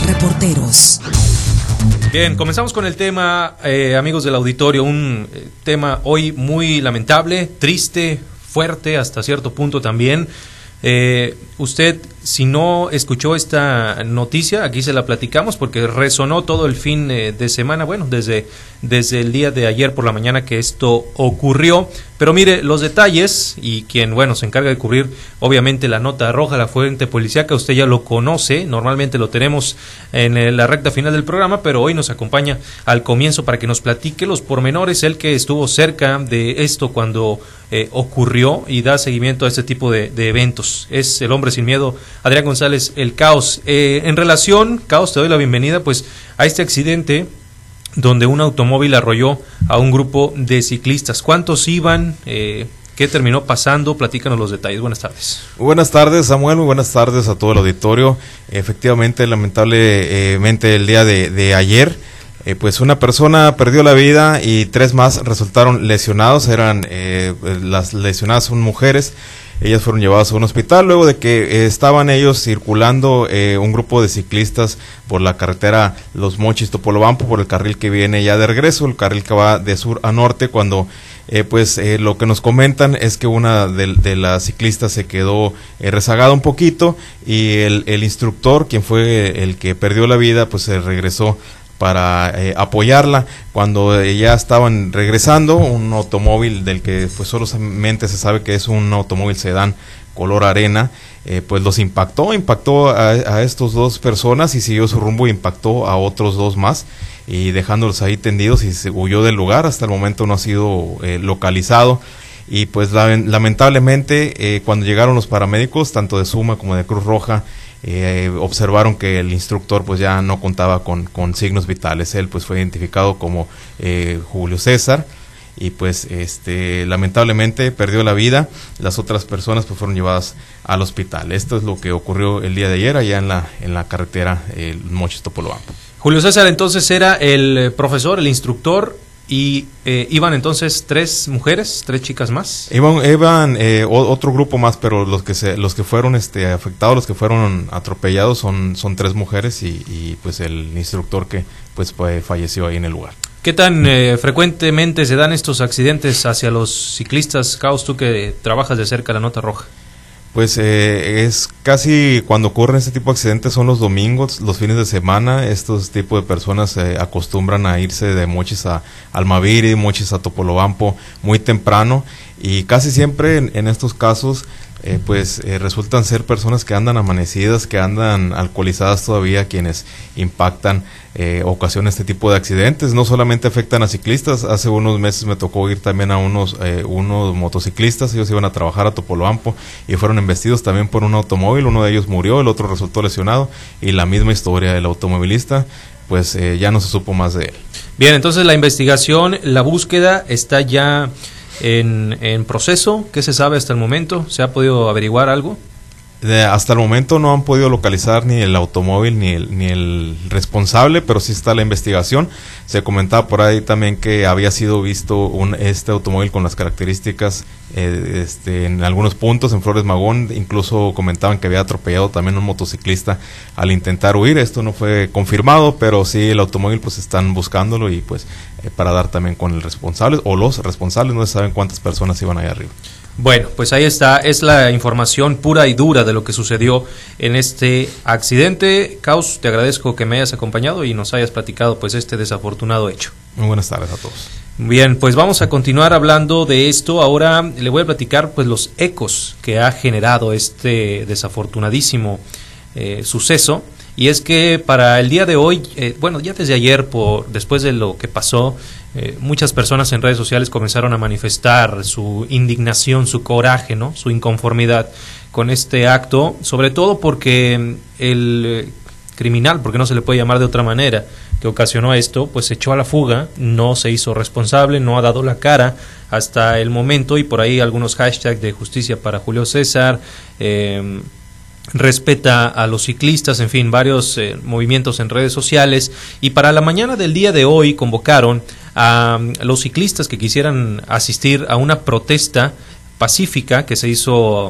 Reporteros. Bien, comenzamos con el tema, amigos del auditorio, un tema hoy muy lamentable, triste, fuerte hasta cierto punto también. Usted, si no escuchó esta noticia, aquí se la platicamos porque resonó todo el fin de semana, bueno, desde el día de ayer por la mañana que esto ocurrió. Pero mire, los detalles, y quien, bueno, se encarga de cubrir, obviamente, la nota roja, la fuente policíaca, usted ya lo conoce, normalmente lo tenemos en la recta final del programa, pero hoy nos acompaña al comienzo para que nos platique los pormenores, él que estuvo cerca de esto cuando ocurrió y da seguimiento a este tipo de eventos. Es el hombre sin miedo, Adrián González, el Caos. En relación, Caos, te doy la bienvenida, pues, a este accidente donde un automóvil arrolló a un grupo de ciclistas. ¿Cuántos iban? ¿Qué terminó pasando? Platícanos los detalles. Buenas tardes. Buenas tardes, Samuel. Muy buenas tardes a todo el auditorio. Efectivamente, lamentablemente, el día de ayer, pues una persona perdió la vida y 3 más resultaron lesionados. Las lesionadas son mujeres. Ellas fueron llevadas a un hospital luego de que estaban ellos circulando un grupo de ciclistas por la carretera Los Mochis Topolobampo, por el carril que viene ya de regreso, el carril que va de sur a norte, cuando lo que nos comentan es que una de las ciclistas se quedó rezagada un poquito y el instructor, quien fue el que perdió la vida, pues se regresó para apoyarla. Cuando ya estaban regresando, un automóvil del que pues solamente se sabe que es un automóvil sedán color arena, pues los impactó a estos 2 personas y siguió su rumbo, impactó a otros 2 más y dejándolos ahí tendidos y se huyó del lugar. Hasta el momento no ha sido localizado. Y pues lamentablemente cuando llegaron los paramédicos, tanto de SUMA como de Cruz Roja, observaron que el instructor pues ya no contaba con signos vitales. Él pues fue identificado como Julio César y pues lamentablemente perdió la vida. Las otras personas pues fueron llevadas al hospital. Esto es lo que ocurrió el día de ayer allá en la carretera Mochis Topolobampo. Julio César entonces era el profesor, el instructor. Y iban entonces 3 mujeres, 3 chicas más. Iban otro grupo más, pero los que fueron afectados, los que fueron atropellados son 3 mujeres y pues el instructor que pues falleció ahí en el lugar. ¿Qué tan frecuentemente se dan estos accidentes hacia los ciclistas, Caos, tú que trabajas de cerca la nota roja? Pues es casi cuando ocurren este tipo de accidentes son los domingos, los fines de semana. Estos tipos de personas acostumbran a irse de Mochis a Almaviri, Mochis a Topolobampo muy temprano y casi siempre en estos casos resultan ser personas que andan amanecidas, que andan alcoholizadas todavía, quienes impactan, ocasionan este tipo de accidentes. No solamente afectan a ciclistas, hace unos meses me tocó ir también a unos motociclistas. Ellos iban a trabajar a Topolobampo y fueron embestidos también por un automóvil. Uno de ellos murió, el otro resultó lesionado y la misma historia del automovilista, pues ya no se supo más de él. Bien, entonces la investigación, la búsqueda está ya en proceso. ¿Qué se sabe hasta el momento? ¿Se ha podido averiguar algo? Hasta el momento no han podido localizar ni el automóvil ni el responsable, pero sí está la investigación. Se comentaba por ahí también que había sido visto este automóvil con las características en algunos puntos en Flores Magón. Incluso comentaban que había atropellado también a un motociclista al intentar huir. Esto no fue confirmado, pero sí el automóvil pues están buscándolo y pues para dar también con el responsable o los responsables. No se saben cuántas personas iban ahí arriba. Bueno, pues ahí está, es la información pura y dura de lo que sucedió en este accidente. Caos, te agradezco que me hayas acompañado y nos hayas platicado pues este desafortunado hecho. Muy buenas tardes a todos. Bien, pues vamos a continuar hablando de esto. Ahora le voy a platicar pues los ecos que ha generado este desafortunadísimo suceso. Y es que para el día de hoy, ya desde ayer, después de lo que pasó, muchas personas en redes sociales comenzaron a manifestar su indignación, su coraje, ¿no? Su inconformidad con este acto, sobre todo porque el criminal, porque no se le puede llamar de otra manera, que ocasionó esto, pues se echó a la fuga, no se hizo responsable, no ha dado la cara hasta el momento, y por ahí algunos hashtags de justicia para Julio César, respeta a los ciclistas, en fin, varios movimientos en redes sociales. Y para la mañana del día de hoy convocaron a los ciclistas que quisieran asistir a una protesta pacífica que se hizo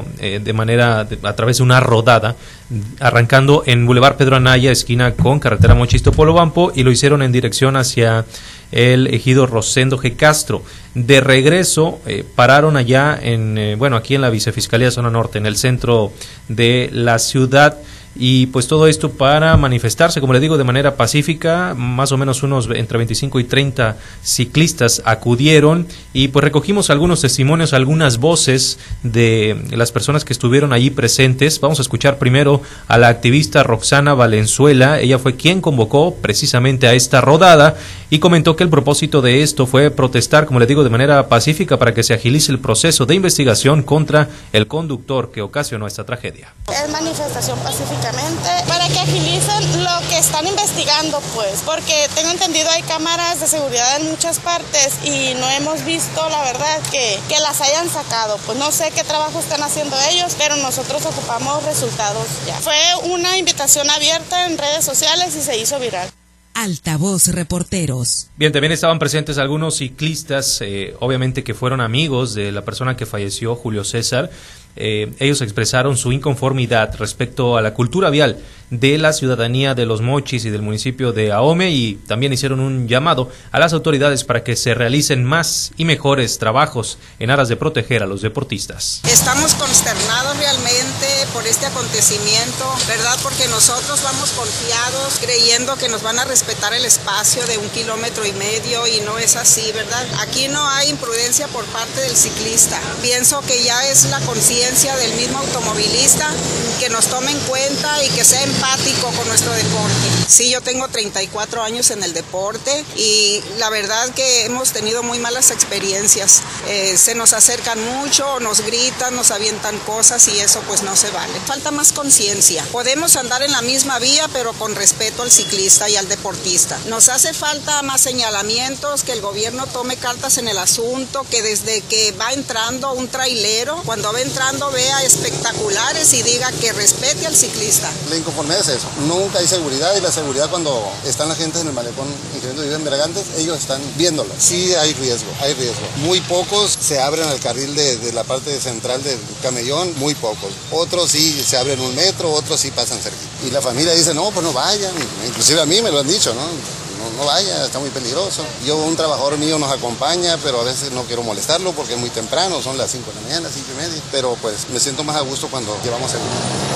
a través de una rodada, arrancando en Boulevard Pedro Anaya, esquina con carretera Mochis Topolobampo, y lo hicieron en dirección hacia el ejido Rosendo G. Castro. De regreso pararon allá aquí en la Vicefiscalía Zona Norte, en el centro de la ciudad. Y pues todo esto para manifestarse, como le digo, de manera pacífica. Más o menos entre 25 y 30 ciclistas acudieron y pues recogimos algunos testimonios, algunas voces de las personas que estuvieron allí presentes. Vamos a escuchar primero a la activista Roxana Valenzuela. Ella fue quien convocó precisamente a esta rodada y comentó que el propósito de esto fue protestar, como le digo, de manera pacífica para que se agilice el proceso de investigación contra el conductor que ocasionó esta tragedia. Es manifestación pacíficamente para que agilicen lo que están investigando, pues, porque tengo entendido hay cámaras de seguridad en muchas partes y no hemos visto, la verdad, que las hayan sacado. Pues no sé qué trabajo están haciendo ellos, pero nosotros ocupamos resultados ya. Fue una invitación abierta en redes sociales y se hizo viral. Altavoz Reporteros. Bien, también estaban presentes algunos ciclistas, obviamente que fueron amigos de la persona que falleció, Julio César. Ellos expresaron su inconformidad respecto a la cultura vial de la ciudadanía de Los Mochis y del municipio de Ahome, y también hicieron un llamado a las autoridades para que se realicen más y mejores trabajos en aras de proteger a los deportistas. Estamos consternados realmente por este acontecimiento, ¿verdad? Porque nosotros vamos confiados, creyendo que nos van a respetar el espacio de 1,5 kilómetros y no es así, ¿verdad? Aquí no hay imprudencia por parte del ciclista. Pienso que ya es la conciencia del mismo automovilista que nos tome en cuenta y que sea empático con nuestro deporte. Sí, yo tengo 34 años en el deporte y la verdad que hemos tenido muy malas experiencias. Se nos acercan mucho, nos gritan, nos avientan cosas y eso pues no se vale. Falta más conciencia. Podemos andar en la misma vía pero con respeto al ciclista y al deportista. Nos hace falta más señalamientos, que el gobierno tome cartas en el asunto, que desde que va entrando un trailero, cuando va entrando vea espectaculares y diga que respete al ciclista. La inconformidad es eso, nunca hay seguridad, y la seguridad cuando están la gente en el malecón ingiriendo bebidas embriagantes, ellos están viéndolo. Sí hay riesgo, hay riesgo. Muy pocos se abren al carril de la parte central del camellón, muy pocos. Otros sí se abren 1 metro, otros sí pasan cerca. Y la familia dice, no, pues no vayan, inclusive a mí me lo han dicho, no vaya, está muy peligroso. Un trabajador mío nos acompaña, pero a veces no quiero molestarlo porque es muy temprano, son las 5 de la mañana, 5:30, pero pues me siento más a gusto cuando llevamos el...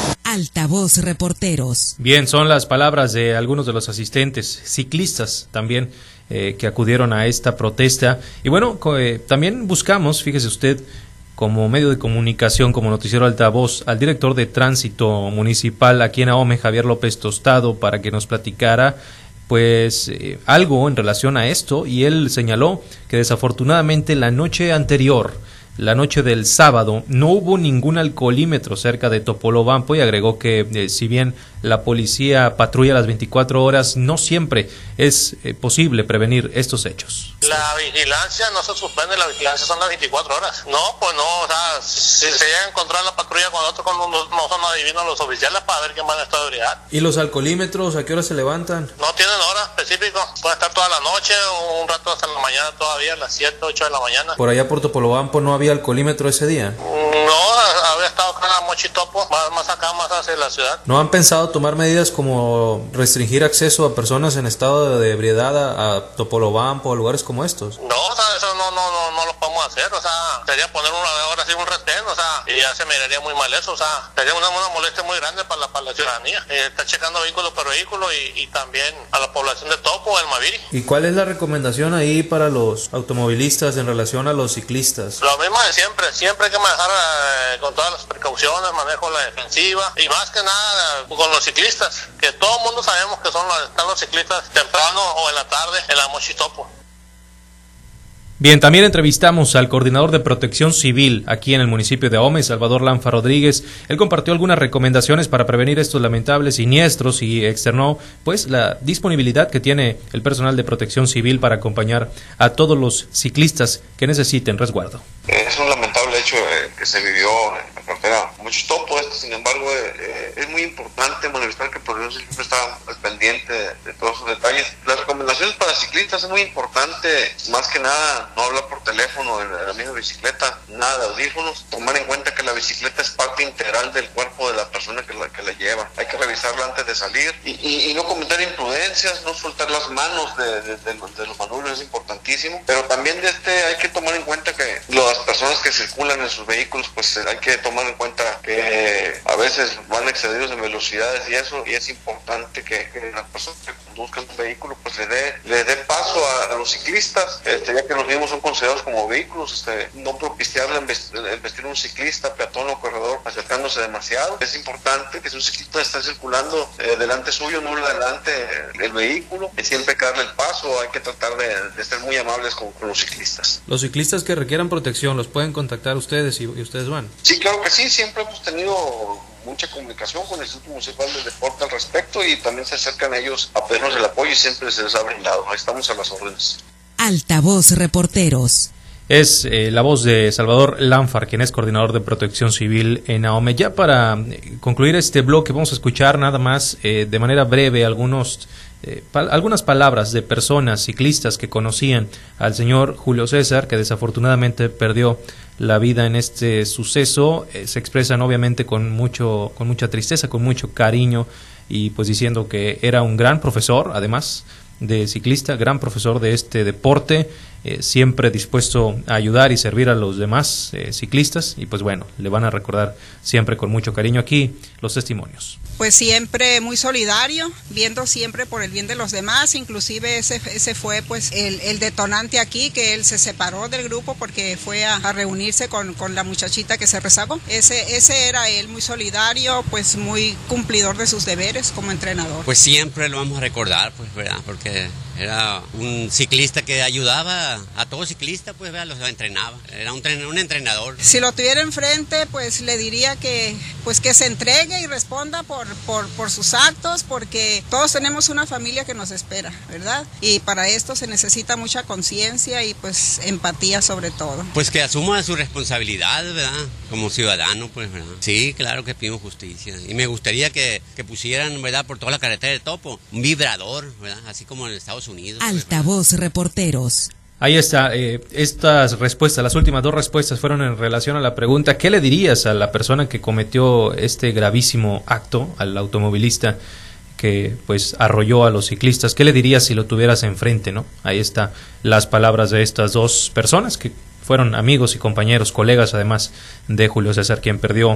Altavoz Reporteros. Bien, son las palabras de algunos de los asistentes, ciclistas también, que acudieron a esta protesta. Y bueno, también buscamos, fíjese usted, como medio de comunicación, como noticiero Altavoz, al director de tránsito municipal aquí en Ahome, Javier López Tostado, para que nos platicara pues algo en relación a esto, y él señaló que desafortunadamente la noche anterior, la noche del sábado, no hubo ningún alcoholímetro cerca de Topolobampo, y agregó que si bien la policía patrulla las 24 horas, no siempre es posible prevenir estos hechos. La vigilancia no se suspende, la vigilancia son las 24 horas. No, pues no, o sea, si se llega a encontrar la patrulla con otros, no son adivinos los oficiales para ver quién va en estado de ebriedad. ¿Y los alcoholímetros a qué hora se levantan? No tienen hora específica, puede estar toda la noche o un rato hasta la mañana todavía, a las 7, 8 de la mañana. ¿Por allá por Topolobampo no había alcoholímetro ese día? No, había estado acá en Mochitopo, más acá, más hacia la ciudad. ¿No han pensado tomar medidas como restringir acceso a personas en estado de ebriedad a Topolobampo o lugares como estos? No, o sea, eso no lo podemos hacer, o sea, sería poner ahora sí un retén, o sea, y ya se miraría muy mal eso, o sea, sería una molestia muy grande para la ciudadanía. Está checando vehículo por vehículo y también a la población de Topo, el Maviri. ¿Y cuál es la recomendación ahí para los automovilistas en relación a los ciclistas? Lo mismo de siempre hay que manejar con todas las precauciones, manejo la defensiva y más que nada con los ciclistas, que todo el mundo sabemos que están los ciclistas temprano o en la tarde en la Mochitopo. Bien, también entrevistamos al coordinador de Protección Civil aquí en el municipio de Ahome, Salvador Lanfa Rodríguez. Él compartió algunas recomendaciones para prevenir estos lamentables siniestros y externó pues la disponibilidad que tiene el personal de Protección Civil para acompañar a todos los ciclistas que necesiten resguardo. Es un lamentable hecho que se vivió en la carretera muchos topos. Sin embargo, es muy importante manifestar que el Protección Civil siempre está al pendiente de todos esos detalles. Las recomendaciones para ciclistas es muy importante, más que nada, no hablar por teléfono en la misma bicicleta, nada de audífonos, tomar en cuenta que la bicicleta es parte integral del cuerpo de la persona que la lleva. Hay que revisarla antes de salir y no cometer imprudencias, no soltar las manos de los manubrios, es importantísimo. Pero también hay que tomar en cuenta que las personas que circulan en sus vehículos, pues hay que tomar en cuenta que a veces van excedidos en velocidades y es importante que la persona que conduzca un vehículo pues le dé paso a los ciclistas, ya que los mismos son considerados como vehículos, no propiciarle embestir un ciclista, peatón o corredor acercándose demasiado. Es importante que si un ciclista está circulando delante suyo, no delante el vehículo, y siempre hay que darle el paso. Hay que tratar de ser muy amables con los ciclistas. Los ciclistas que requieran protección, ¿los pueden contactar ustedes y ustedes van? Sí, claro que sí, siempre hemos tenido mucha comunicación con el Instituto Municipal de Deporte al respecto y también se acercan ellos a pedirnos el apoyo y siempre se les ha brindado. Ahí estamos a las órdenes. Altavoz Reporteros. Es la voz de Salvador Lanfar, quien es coordinador de Protección Civil en AOME. Ya para concluir este bloque vamos a escuchar nada más de manera breve algunas palabras de personas ciclistas que conocían al señor Julio César, que desafortunadamente perdió la vida en este suceso. Se expresan obviamente con mucha tristeza, con mucho cariño, y pues diciendo que era un gran profesor, además de ciclista, gran profesor de este deporte, siempre dispuesto a ayudar y servir a los demás ciclistas, y pues bueno, le van a recordar siempre con mucho cariño. Aquí los testimonios. Pues siempre muy solidario, viendo siempre por el bien de los demás, inclusive ese fue pues el detonante aquí, que él se separó del grupo porque fue a reunirse con la muchachita que se rezagó. Ese era él, muy solidario, pues muy cumplidor de sus deberes como entrenador. Pues siempre lo vamos a recordar, pues, ¿verdad? Porque era un ciclista que ayudaba a todo ciclista, pues, ¿verdad? Los entrenaba, era un entrenador. Si lo tuviera enfrente, pues le diría que se entregue y responda por sus actos, porque todos tenemos una familia que nos espera, ¿verdad? Y para esto se necesita mucha conciencia y pues empatía sobre todo. Pues que asuma su responsabilidad, ¿verdad? Como ciudadano, pues, ¿verdad? Sí, claro que pedimos justicia. Y me gustaría que pusieran, ¿verdad? Por toda la carretera de Topo, un vibrador, ¿verdad? Así como en Estados Unidos. Altavoz pues, Reporteros. Ahí está, estas respuestas, las últimas dos respuestas fueron en relación a la pregunta: ¿qué le dirías a la persona que cometió este gravísimo acto, al automovilista que pues arrolló a los ciclistas? ¿Qué le dirías si lo tuvieras enfrente, no? Ahí está las palabras de estas dos personas que fueron amigos y compañeros, colegas además de Julio César, quien perdió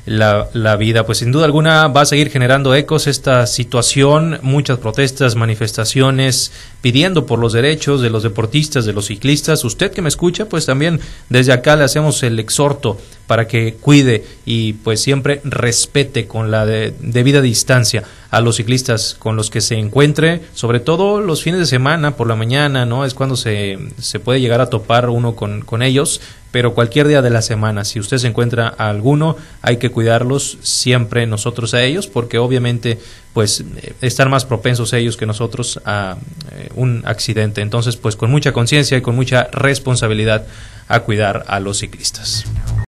la vida. Pues sin duda alguna va a seguir generando ecos esta situación, muchas protestas, manifestaciones, pidiendo por los derechos de los deportistas, de los ciclistas. Usted que me escucha, pues también desde acá le hacemos el exhorto para que cuide y pues siempre respete con la debida distancia a los ciclistas con los que se encuentre, sobre todo los fines de semana, por la mañana, ¿no? Es cuando se puede llegar a topar uno con ellos, pero cualquier día de la semana, si usted se encuentra a alguno, hay que cuidarlos siempre nosotros a ellos, porque obviamente pues están más propensos ellos que nosotros a un accidente. Entonces pues con mucha conciencia y con mucha responsabilidad a cuidar a los ciclistas.